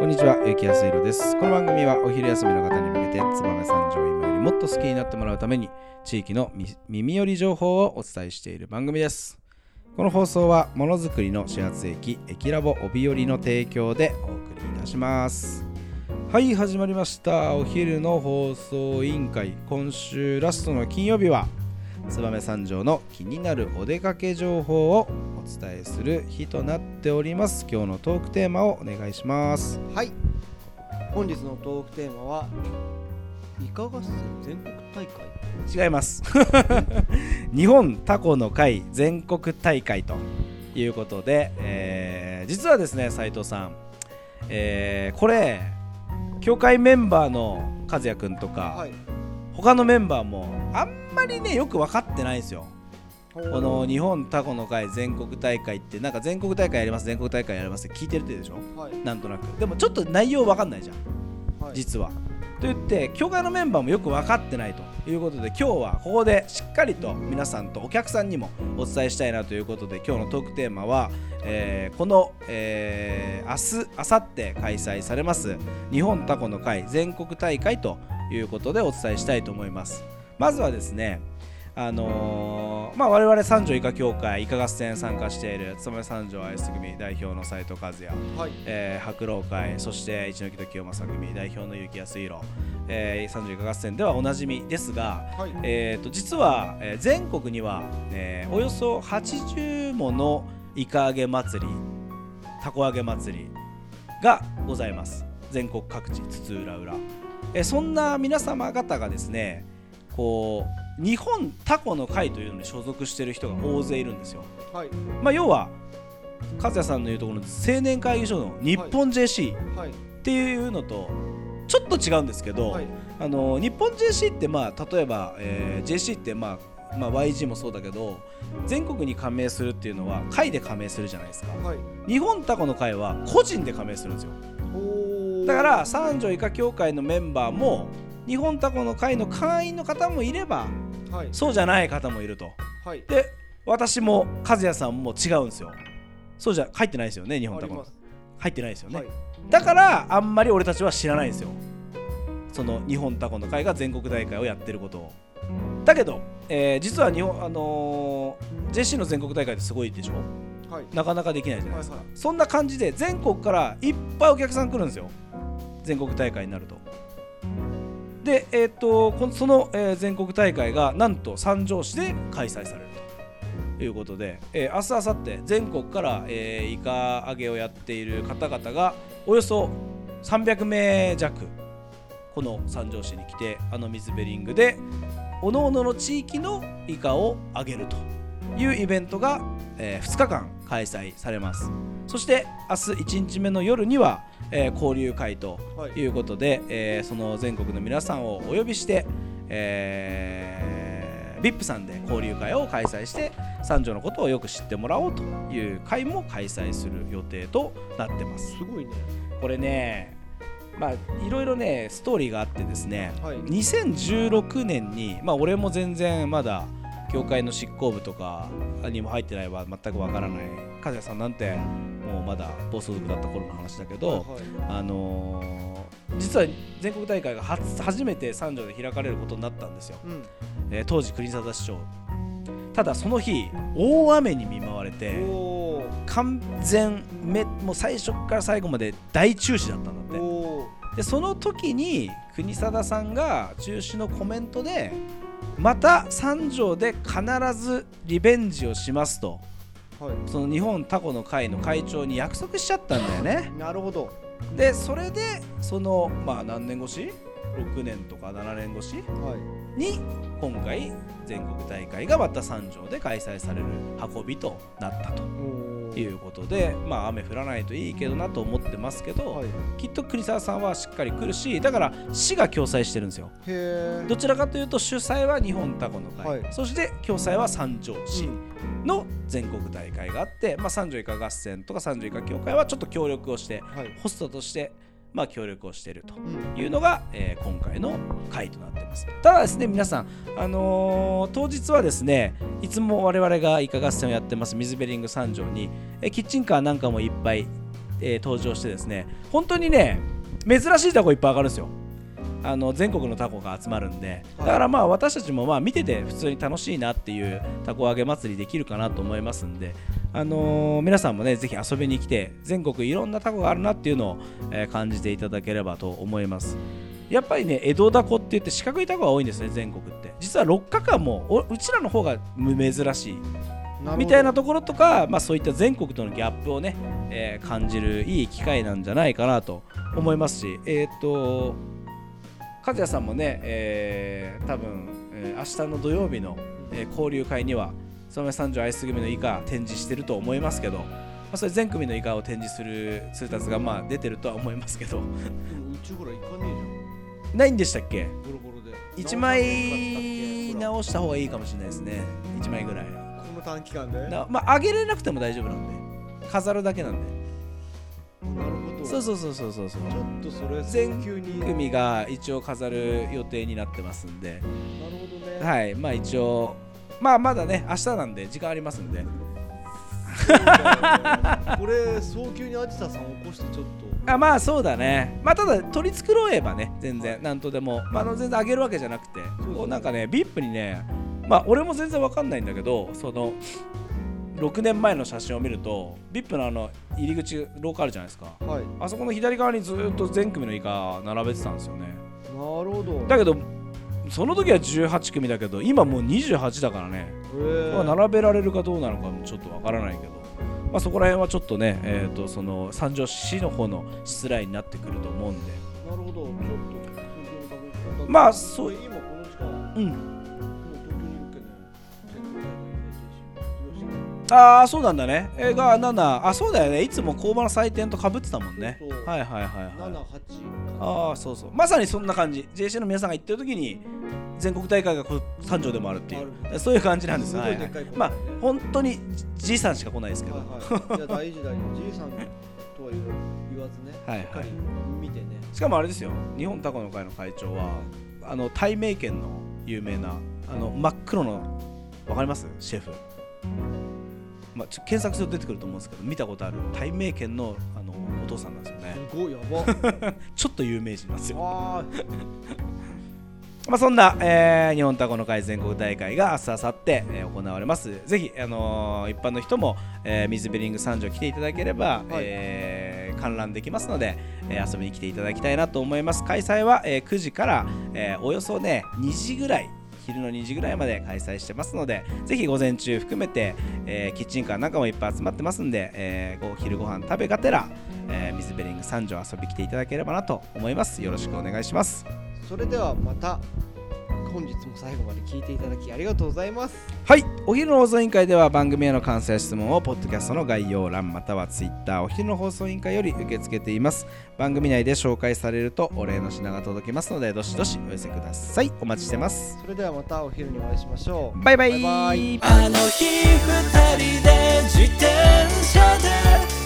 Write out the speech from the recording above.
んにちは、ゆきやすいろです。この番組はお昼休みの方に向けて燕三条を今よりもっと好きになってもらうために地域の耳寄り情報をお伝えしている番組です。この放送はものづくりの始発駅駅ラボ帯寄りの提供でお送りいたします。はい、始まりました。お昼の放送委員会、今週ラストの金曜日は燕三条の気になるお出かけ情報をお伝えする日となっております。今日のトークテーマをお願いします。 はい、本日のトークテーマはいか合戦全国大会。 違います日本タコの会全国大会ということで、実はですね斉藤さん、これ協会メンバーの和也くんとか、はい、他のメンバーもあんまりねよく分かってないんですよ。この日本タコの会全国大会ってなんか全国大会やります全国大会やりますって聞いてるでしょ、はい、なんとなく。でもちょっと内容分かんないじゃん、はい、実は。と言って協会のメンバーもよく分かってないということで、今日はここでしっかりと皆さんとお客さんにもお伝えしたいなということで、今日のトークテーマは、この、明日明後日開催されます日本タコの会全国大会ということでお伝えしたいと思います。まずはですね、我々三条イカ協会イカ合戦参加している燕三条アイス組代表の斉藤和也、はい、白老会、そして一ノ木と清正組代表の結城康弘、三条イカ合戦ではおなじみですが、はい、実は、全国には、およそ80ものイカ揚げ祭りタコ揚げ祭りがございます。全国各地津々浦々、そんな皆様方がですね、こう日本タコの会というのに所属している人が大勢いるんですよ、はい。要は和也さんの言うところの青年会議所の日本 JC っていうのとちょっと違うんですけど、はい、日本 JC って例えば、JC って YG もそうだけど全国に加盟するっていうのは会で加盟するじゃないですか、はい。日本タコの会は個人で加盟するんですよ。だから三条イカ協会のメンバーも日本タコの会の会員の方もいれば、はい、そうじゃない方もいると、はい。で私も和也さんも違うんですよ。そうじゃ入ってないですよね、日本タコの入ってないですよね、はい。だからあんまり俺たちは知らないんですよ、その日本タコの会が全国大会をやってることを。だけど、実はJC の全国大会ってすごいでしょ、はい。なかなかできないじゃないですか、はいはい。そんな感じで全国からいっぱいお客さん来るんですよ、全国大会になると。で、その、全国大会がなんと三条市で開催されるということで、明日明後日全国から、イカ揚げをやっている方々がおよそ300名弱この三条市に来て、水ベリングで各々の地域のイカを揚げるというイベントが、2日間開催されます。そして明日1日目の夜には、交流会ということで、はい、その全国の皆さんをお呼びして、VIP さんで交流会を開催して三条のことをよく知ってもらおうという会も開催する予定となってます。 すごいね。 これね、いろいろねストーリーがあってですね、はい、2016年に、俺も全然まだ協会の執行部とかにも入ってないわ、全くわからない和也さんなんてもうまだ暴走族だった頃の話だけど、はいはい、実は全国大会が初めて三条で開かれることになったんですよ、うん。当時国定市長。ただその日大雨に見舞われて完全もう最初から最後まで大中止だったんだって。でその時に国定さんが中止のコメントでまた三条で必ずリベンジをしますと、はい、その日本タコの会の会長に約束しちゃったんだよね。 なるほど。 でそれでその何年越し6年とか7年越しに今回全国大会がまた三条で開催される運びとなったということで、雨降らないといいけどなと思ってますけど、はい、きっと国沢さんはしっかり来るし、だから市が共催してるんですよ。どちらかというと主催は日本タコの会、はい、そして共催は三条市の全国大会があって、三条イカ合戦とか三条イカ協会はちょっと協力をして、はい、ホストとして協力をしているというのが、今回の会となっています。ただですね皆さん、当日はですねいつも我々がイカ合戦をやってます水ベリング三条にキッチンカーなんかもいっぱい登場してですね、本当にね珍しいタコいっぱい上がるんですよ。全国のタコが集まるんで、だからまあ私たちもまあ見てて普通に楽しいなっていうタコ揚げ祭りできるかなと思いますんで、皆さんもねぜひ遊びに来て全国いろんなタコがあるなっていうのを、感じていただければと思います。やっぱりね江戸ダコって言って四角いタコが多いんですね、全国って。実は六角はもううちらの方が珍しいみたいなところとか、まあ、そういった全国とのギャップをね、感じるいい機会なんじゃないかなと思いますし、和也さんもね、多分、明日の土曜日の、交流会には染三条アイス組のイカ展示してると思いますけど、まあ、それ全組のイカを展示する通達がまあ出てるとは思いますけどでもうちほら行かねえじゃん。 ないんでしたっけ。 ボロボロで 1枚直した方がいいかもしれないですね。1枚ぐらいこの短期間でまあ上げれなくても大丈夫なんで、飾るだけなんで。 なるほど。 そうちょっとそれ全急に組が一応飾る予定になってますんで、 なるほどね。 はい、まあ一応まあまだね明日なんで時間ありますんでこれ早急にアジタさん起こしてちょっとまあそうだね。まあただ取り繕えばね全然なんとでも、まあ、全然あげるわけじゃなくて、こうなんかね VIP にね、まあ俺も全然わかんないんだけど、その6年前の写真を見ると VIP の入り口廊下あるじゃないですか、 はい、 あそこの左側にずっと全組のイカ並べてたんですよね。 なるほど。 だけどその時は18組だけど今もう28だからね、まあ、並べられるかどうなのかもちょっとわからないけど、まあ、そこら辺はちょっとね、その三条市の方のしつらいになってくると思うんで。 なるほど。ちょっとまあそう今この時間うんもう東京にいるっけね。 ああそうなんだね。が7、そうだよね。いつも工場の祭典と被ってたもんね。 そうそうはいはいはいはい。 7、8 そうそう。まさにそんな感じ。JC の皆さんが言ってる時に全国大会が三条でもあるっていう、そういう感じなんです。 すごいでっかいまあ本当にじいさんしか来ないですけど。 いや大事じいさんとは言わずね。 はいはい。 見てね。 しかもあれですよ。日本タコの会の会長はタイ名犬の有名な真っ黒のわかります？シェフ。まあ、検索すると出てくると思うんですけど、見たことあるタイ名犬のお父さんなんですよね。 すごいやばちょっと有名人なんですよ。 まあそんな、日本タコの会全国大会が明日明後日、行われます。ぜひ、一般の人も、水ベリング三条来ていただければ、はい、観覧できますので、遊びに来ていただきたいなと思います。開催は、9時から、およそね2時ぐらい、昼の2時ぐらいまで開催してますので、ぜひ午前中含めて、キッチンカーなんかもいっぱい集まってますんで、昼ご飯食べがてら、水ベリング三条遊び来ていただければなと思います。よろしくお願いします。 それではまた本日も最後まで聞いていただきありがとうございます。 はい、お昼の放送委員会では番組への感想や質問をポッドキャストの概要欄またはツイッターお昼の放送委員会より受け付けています。番組内で紹介されるとお礼の品が届きますのでどしどしお寄せください。お待ちしてます。 それではまたお昼にお会いしましょう。 バイバイ。 バイバイ。 あの日二人で自転車で